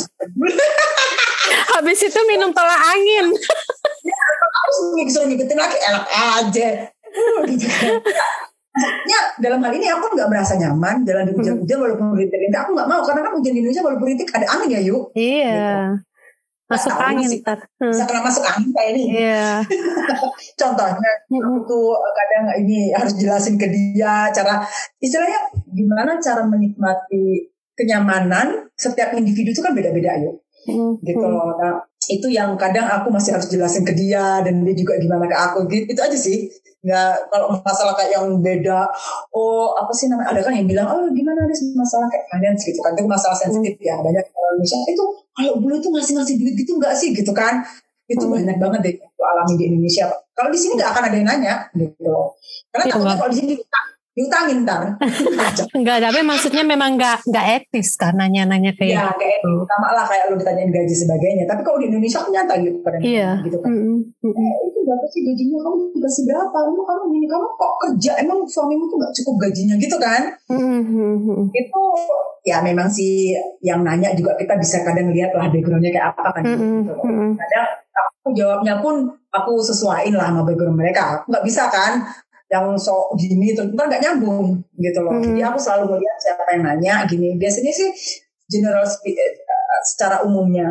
C: Habis itu minum tolak angin.
B: Ya, aku suruh ngikutin lagi enak aja. Gitu kan. Ya dalam hal ini aku nggak merasa nyaman jalan di hujan-hujan hmm. walaupun rintik-rintik. Aku nggak mau karena kan hujan di Indonesia walaupun rintik ada angin ya yuk.
C: Iya. Gitu. Masuk nah, angin ntar.
B: Hmm. Bisa kena masuk angin kayak ini.
C: Iya.
B: Contohnya hmm. aku tuh kadang ini harus jelasin ke dia cara istilahnya gimana cara menikmati kenyamanan setiap individu itu kan beda-beda yuk. Hmm. Gitu loh. Nah itu yang kadang aku masih harus jelasin ke dia dan dia juga gimana ke aku gitu. Itu aja sih. Nggak, kalau masalah kayak yang beda, oh apa sih namanya, ada kan yang bilang, oh gimana ada masalah kayak finance gitu kan, itu masalah sensitif hmm. ya, banyak orang Indonesia itu kalau bulu itu ngasih-ngasih duit gitu nggak sih gitu kan, itu hmm. banyak banget deh itu alami di Indonesia. Kalau di sini nggak akan ada yang nanya gitu loh, karena ya, takutnya kalau di sini diutangin ntar.
C: Enggak, tapi maksudnya memang enggak enggak etis kan nanya-nanya kayak
B: ya, kayak gitu. Sama lah kayak lu ditanyain gaji sebagainya. Tapi kalau di Indonesia kan nyata gitu kadang
C: iya.
B: gitu kan.
C: Mm-hmm.
B: Eh, itu berapa sih gajinya, kamu dikasih berapa? Kamu kamu ini kamu kok kerja, emang suamimu tuh nggak cukup gajinya gitu kan?
C: Mm-hmm.
B: Itu ya memang sih yang nanya juga kita bisa kadang lihat lah backgroundnya kayak apa kan.
C: Mm-hmm.
B: Gitu. Kadang aku jawabnya pun aku sesuaiin lah sama background mereka. Aku nggak bisa kan yang sok gini terus ntar nggak nyambung gitu loh. Mm-hmm. Jadi aku selalu melihat siapa yang nanya gini. Biasanya sih general speak, uh, secara umumnya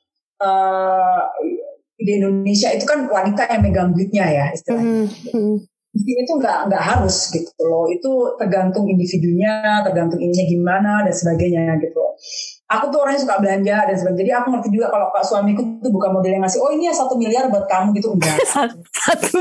B: uh, di Indonesia itu kan wanita yang megang duitnya ya istilahnya. Mm-hmm. Di sini tuh nggak nggak harus gitu loh. Itu tergantung individunya, tergantung ininya gimana dan sebagainya gitu. Aku tuh orangnya suka belanja dan sebagainya. Jadi aku ngerti juga kalau pak suamiku tuh bukan model yang ngasih, oh ini ya satu miliar buat kamu gitu, enggak.
C: Satu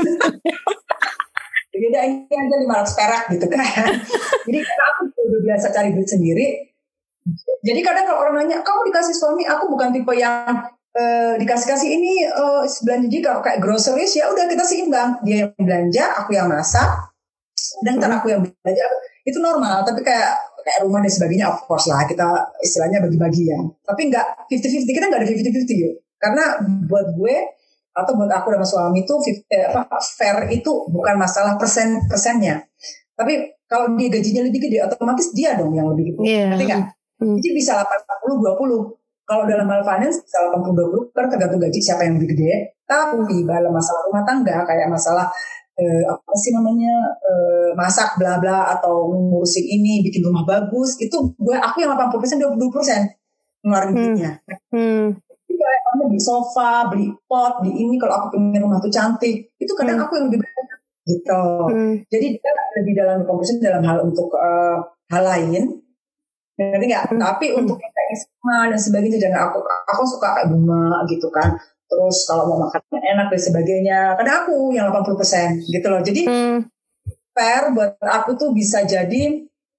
B: Jadi ada ini aja lima ratus perak gitu kan. Jadi karena aku udah biasa cari duit sendiri. Jadi kadang kalau orang nanya, kamu dikasih suami, aku bukan tipe yang uh, dikasih-kasih ini uh, belanja. Jadi kalau kayak groceries ya udah kita seimbang. Dia yang belanja, aku yang masak, dan ntar aku yang belanja. Itu normal, tapi kayak kayak rumah dan sebagainya of course lah kita istilahnya bagi-bagi ya. Tapi nggak fifty fifty, kita nggak ada fifty fifty yuk. Karena buat gue atau buat aku dan suami itu eh, apa, fair itu bukan masalah persen persennya, tapi kalau dia gajinya lebih gede otomatis dia dong yang lebih gede,
C: yeah.
B: Ngerti nggak? Hmm. Jadi bisa delapan puluh dua puluh. Kalau dalam hal finance bisa delapan puluh dua puluh kan tergantung gaji siapa yang lebih gede. Tapi dalam masalah rumah tangga kayak masalah eh, apa sih namanya eh, masak bla bla atau ngurusin ini bikin rumah bagus itu gue aku yang delapan puluh persen dua puluh persen ngeluarin duitnya. Hmm. Hmm. Kayak kamu beli sofa, beli pot, beli ini kalau aku pengen rumah tuh cantik, itu kadang hmm. aku yang lebih banyak gitu. Hmm. Jadi dia lebih dalam komposisi dalam hal untuk uh, hal lain, ngerti nggak? Hmm. Tapi hmm. untuk kayak semua dan sebagainya jangan aku aku suka kayak bunga gitu kan. Terus kalau mau makan enak dan sebagainya, kadang aku yang delapan puluh persen gitu loh. Jadi hmm. fair buat aku tuh bisa jadi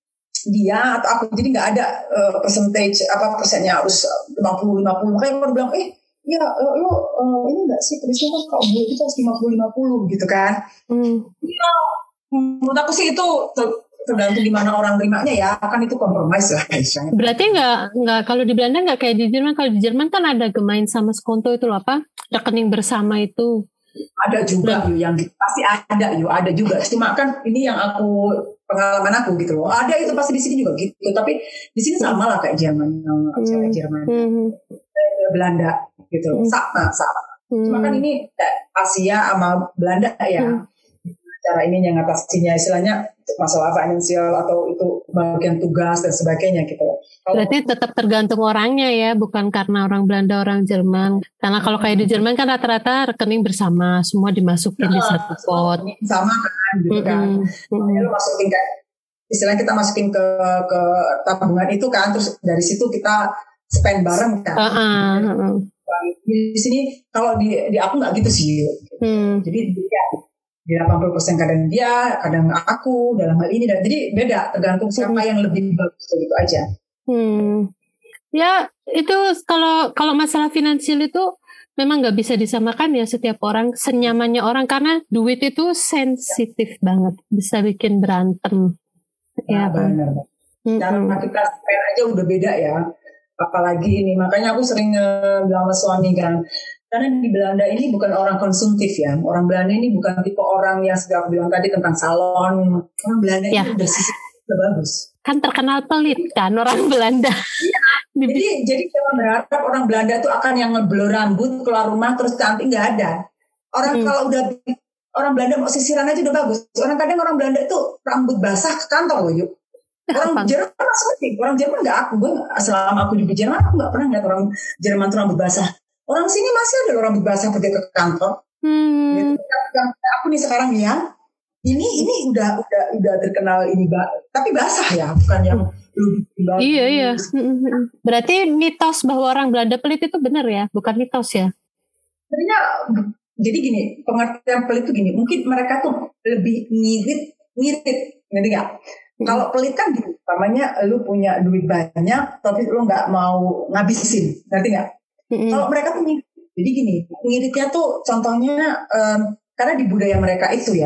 B: dia atau aku, jadi nggak ada uh, percentage apa persennya harus lima puluh lima puluh. Makanya orang bilang eh ya lo uh, ini nggak sih terusnya kan kalau gue itu harus lima puluh lima puluh gitu kan. Hmm. Ya, menurut aku sih itu ter- tergantung gimana orang terimanya ya, kan itu kompromis lah kayaknya.
C: Berarti nggak nggak kalau di Belanda nggak kayak di Jerman. Kalau di Jerman kan ada gemain sama skonto itu loh, apa rekening bersama itu.
B: Ada juga yuk yang pasti ada yuk ada juga. Cuma kan ini yang aku pengalaman aku gitu loh. Ada itu pasti di sini juga gitu. Tapi di sini sama lah kayak Jerman, hmm. kayak Jerman, hmm. Belanda gitu loh. Sama sama. Hmm. Cuma kan ini Asia sama Belanda ya. Hmm. Cara ini yang ngatasinya istilahnya masalah finansial atau itu bagian tugas dan sebagainya gitu. Kalau,
C: berarti tetap tergantung orangnya ya, bukan karena orang Belanda orang Jerman. Karena kalau kayak di Jerman kan rata-rata rekening bersama, semua dimasukin nah, di satu pot.
B: Sama kan gitu kan. Mm-hmm. Lalu masukin kayak istilahnya kita masukin ke ke tabungan itu kan, terus dari situ kita spend bareng kan. Uh-uh, uh-uh. Di sini kalau di di aku nggak gitu sih. Hmm. Jadi ya, di delapan puluh persen kadang dia, kadang aku dalam hal ini, dan jadi beda tergantung siapa hmm. yang lebih bagus gitu aja.
C: Hmm. Ya itu kalau kalau masalah finansial itu memang nggak bisa disamakan ya setiap orang, senyamannya orang, karena duit itu sensitif ya. banget, bisa bikin berantem.
B: Nah, ya benar. Hmm. Cara kita spend aja udah beda ya, apalagi ini, makanya aku sering uh, bilang sama suami kan. Karena di Belanda ini bukan orang konsumtif ya. Orang Belanda ini bukan tipe orang yang sudah aku bilang tadi tentang salon. Orang Belanda ya. Ini udah sisi udah bagus.
C: Kan terkenal pelit kan orang Belanda.
B: Ya. jadi jadi jangan berharap orang Belanda tuh akan yang ngeblur rambut keluar rumah terus cantik, nggak ada. Orang hmm. kalau udah orang Belanda mau sisiran aja udah bagus. Orang kadang orang Belanda tuh rambut basah ke kantor loh yuk. Orang Apa? Jerman masih orang Jerman nggak aku. Gue selama aku di Jerman aku nggak pernah lihat orang Jerman tuh rambut basah. Orang sini masih ada rambut basah pergi ke kantor. Hmm. Gitu. Aku nih sekarang ya, ini ini udah udah udah terkenal ini, tapi basah ya, bukan yang
C: lebih. Iya iya. Berarti mitos bahwa orang Belanda pelit itu benar ya, bukan mitos ya?
B: Sebenarnya jadi gini, pengertian pelit itu gini, mungkin mereka tuh lebih ngirit ngirit, ngerti nggak? Hmm. Kalau pelit kan gitu, namanya lu punya duit banyak, tapi lu nggak mau ngabisin, ngerti nggak? Mm-hmm. Kalau mereka tuh ngirit, jadi gini, ngiritnya tuh contohnya um, karena di budaya mereka itu ya, kita,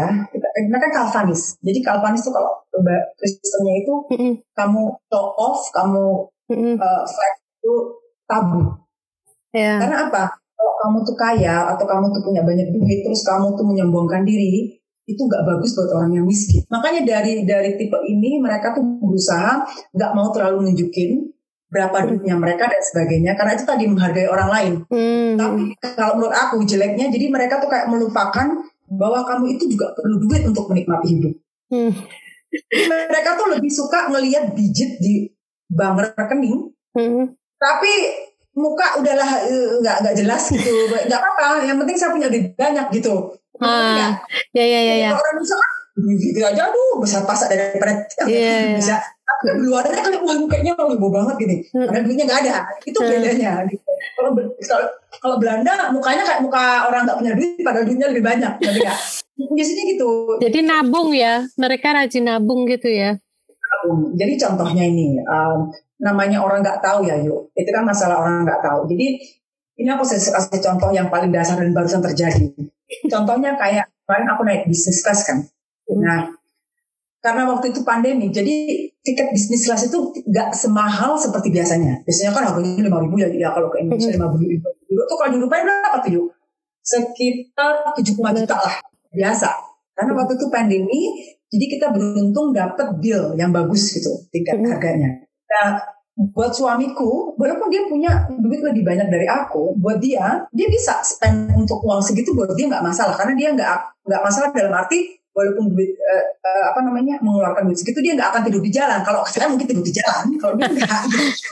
B: mereka Calvinis. Jadi Calvinis itu kalau Kristennya itu mm-hmm. kamu show off, kamu mm-hmm. uh, flex itu tabu. Yeah. Karena apa? Kalau kamu tuh kaya atau kamu tuh punya banyak duit, terus kamu tuh menyombongkan diri, itu nggak bagus buat orang yang miskin. Makanya dari dari tipe ini mereka tuh berusaha nggak mau terlalu nunjukin berapa duitnya mereka dan sebagainya, karena itu tadi menghargai orang lain. Hmm. Tapi kalau menurut aku jeleknya, jadi mereka tuh kayak melupakan bahwa kamu itu juga perlu duit untuk menikmati hidup. Hmm. Jadi mereka tuh lebih suka ngelihat digit di bank rekening, hmm. tapi muka udahlah nggak nggak jelas gitu, nggak apa-apa. Yang penting saya punya duit banyak gitu.
C: Ah, ya ya ya. ya.
B: Orang bisa kan gitu aja, aduh besar pasak daripada yeah, bisa. Tapi luarnya kan wah mukanya heboh banget gini, hmm. karena duitnya nggak ada. Itu bedanya. Gitu. Kalau kalau Belanda mukanya kayak muka orang nggak punya duit, padahal duitnya lebih banyak. Jadi nggak. Biasanya gitu.
C: Jadi nabung ya, mereka rajin nabung gitu ya.
B: Nabung. Jadi contohnya ini, um, namanya orang nggak tahu ya, yuk. Itu kan masalah orang nggak tahu. Jadi ini aku kasih contoh yang paling dasar dan barusan terjadi. Contohnya kayak kemarin aku naik bisnis kelas kan. Nah, karena waktu itu pandemi, jadi tiket bisnis kelas itu nggak semahal seperti biasanya. Biasanya kan harganya lima ribu ya, ya kalau ke Indonesia lima ribu. Itu kalau di Rupiah berapa tuh yuk? Sekitar tujuh koma lima juta lah, biasa. Karena waktu itu pandemi, jadi kita beruntung dapat deal yang bagus gitu, tiket harganya. Nah, buat suamiku, walaupun dia punya duit lebih banyak dari aku, buat dia, dia bisa spend untuk uang segitu, buat dia nggak masalah, karena dia nggak nggak masalah dalam arti walaupun duit uh, uh, apa namanya mengeluarkan duit segitu, dia nggak akan tidur di jalan. Kalau saya mungkin tidur di jalan, kalau dia nggak.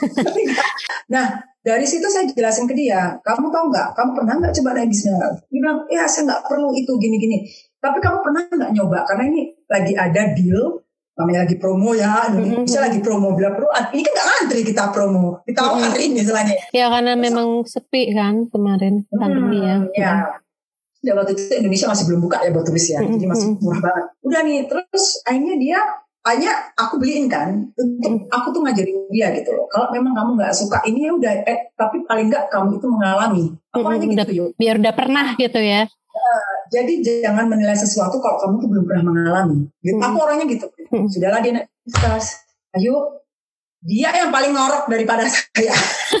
B: Nah, dari situ saya jelasin ke dia, kamu tahu nggak, kamu pernah nggak coba naik bisnis? Dia bilang, ya saya nggak perlu itu gini-gini. Tapi kamu pernah nggak nyoba? Karena ini lagi ada deal. Namanya lagi promo ya, Indonesia mm-hmm. lagi promo, bila perlu, ini kan gak ngantri kita promo, kita mm-hmm. ngantri ini misalnya.
C: Ya karena terus, memang sepi kan kemarin pandemi hmm, ya.
B: Ya, dan waktu itu Indonesia masih belum buka ya buat turis ya, mm-hmm. jadi masih murah banget. Udah nih, terus akhirnya dia, akhirnya aku beliin kan, untuk mm-hmm. aku tuh ngajarin dia gitu loh. Kalau memang kamu gak suka ini ya udah, eh tapi paling gak kamu itu mengalami. Apa aja
C: mm-hmm.
B: gitu yuk.
C: Biar udah pernah gitu ya.
B: Uh, jadi jangan menilai sesuatu kalau kamu tuh belum pernah mengalami. Gitu. Hmm. Aku orangnya gitu. Hmm. Sudahlah dia naik kelas. Ayo, dia yang paling ngorok daripada saya.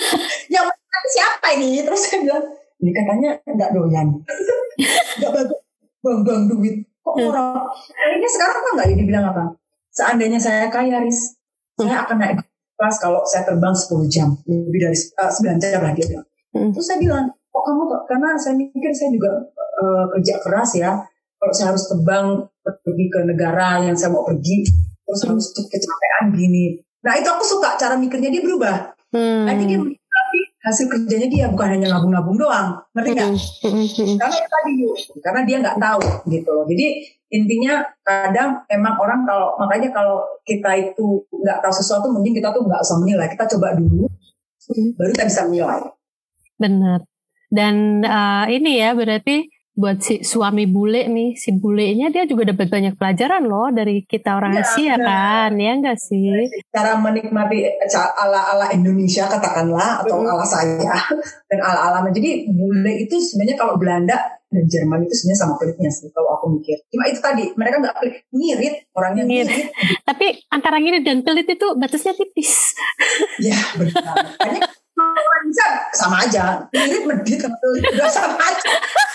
B: Yang siapa ini? Terus saya bilang, ini katanya nggak doyan, nggak bagus, bang-bang duit. Kok ngorok? Akhirnya sekarang apa nggak? Dia bilang apa? Seandainya saya kaya, Riz, hmm. saya akan naik kelas kalau saya terbang sepuluh jam, lebih dari uh, sembilan jam lah dia bilang. Hmm. Terus saya bilang, kok kamu kok? Karena saya mikir saya juga uh, kerja keras ya. Kalau saya harus terbang pergi ke negara yang saya mau pergi, terus harus kecapean gini. Nah itu aku suka cara mikirnya dia berubah. Hmm. Nanti dia menikmati hasil kerjanya dia, bukan hanya nabung-nabung doang. Ngerti nggak? Hmm. Karena itu tadi, karena dia nggak tahu gitu loh. Jadi intinya kadang emang orang kalau makanya kalau kita itu nggak tahu sesuatu, mending kita tuh nggak usah menilai. Kita coba dulu, baru kita bisa menilai.
C: Benar. Dan uh, ini ya berarti buat si suami bule nih, si bulenya dia juga dapat banyak pelajaran loh dari kita orang ya, Asia kan, ya enggak sih?
B: Cara menikmati ala-ala Indonesia katakanlah, atau mm. ala saya, dan ala-ala. Jadi bule itu sebenarnya kalau Belanda dan Jerman itu sebenarnya sama pelitnya sih, kalau aku mikir. Cuma itu tadi, mereka nggak pelit, ngirit, orangnya ngirit. ngirit.
C: Tapi antara ngirit dan pelit itu batasnya tipis.
B: Ya benar. Kayaknya orang bisa sama aja, ngirit medit sama pelit udah sama aja.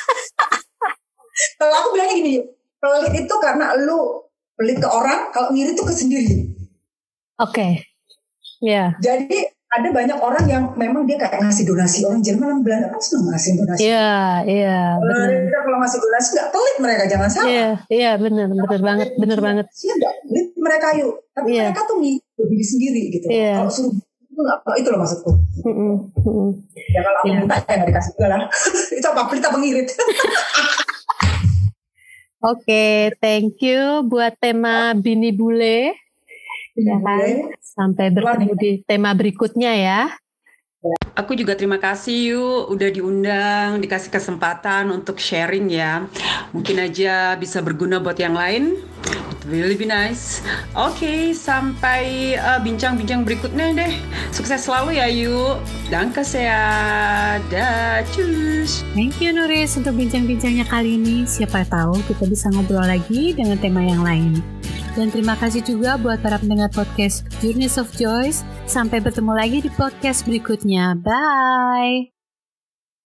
B: Kalau aku bilangnya gini, pelit itu karena lu pelit ke orang, kalau ngirit itu ke sendiri.
C: Oke, okay. ya. Yeah.
B: Jadi ada banyak orang yang memang dia kayak ngasih donasi. Orang Jerman, orang Belanda kan senang ngasih donasi.
C: Iya, yeah, iya. Yeah,
B: mereka kalau ngasih donasi nggak pelit mereka, jangan salah.
C: Iya, yeah, iya yeah, benar, benar banget, benar banget.
B: Iya nggak pelit mereka yuk, tapi yeah. mereka tuh nih diri sendiri gitu. Yeah. Kalau suruh itu nggak, itu loh maksudku. Mm-hmm. Mm-hmm. Ya kalau aku yeah. minta ya nggak dikasih juga lah. Itu apa pelit apa ngirit?
C: Oke, okay, thank you buat tema Bini Bule. Ya kan? Sampai bertemu di tema berikutnya ya.
D: Aku juga terima kasih yuk udah diundang, dikasih kesempatan untuk sharing ya. Mungkin aja bisa berguna buat yang lain. really be nice. Oke, okay, sampai uh, bincang-bincang berikutnya deh. Sukses selalu ya Yu. Danke sehr. Dah, tschüss.
A: Thank you Nuris untuk bincang-bincangnya kali ini. Siapa tahu kita bisa ngobrol lagi dengan tema yang lain. Dan terima kasih juga buat para pendengar podcast Journeys of Joyce. Sampai bertemu lagi di podcast berikutnya. Bye.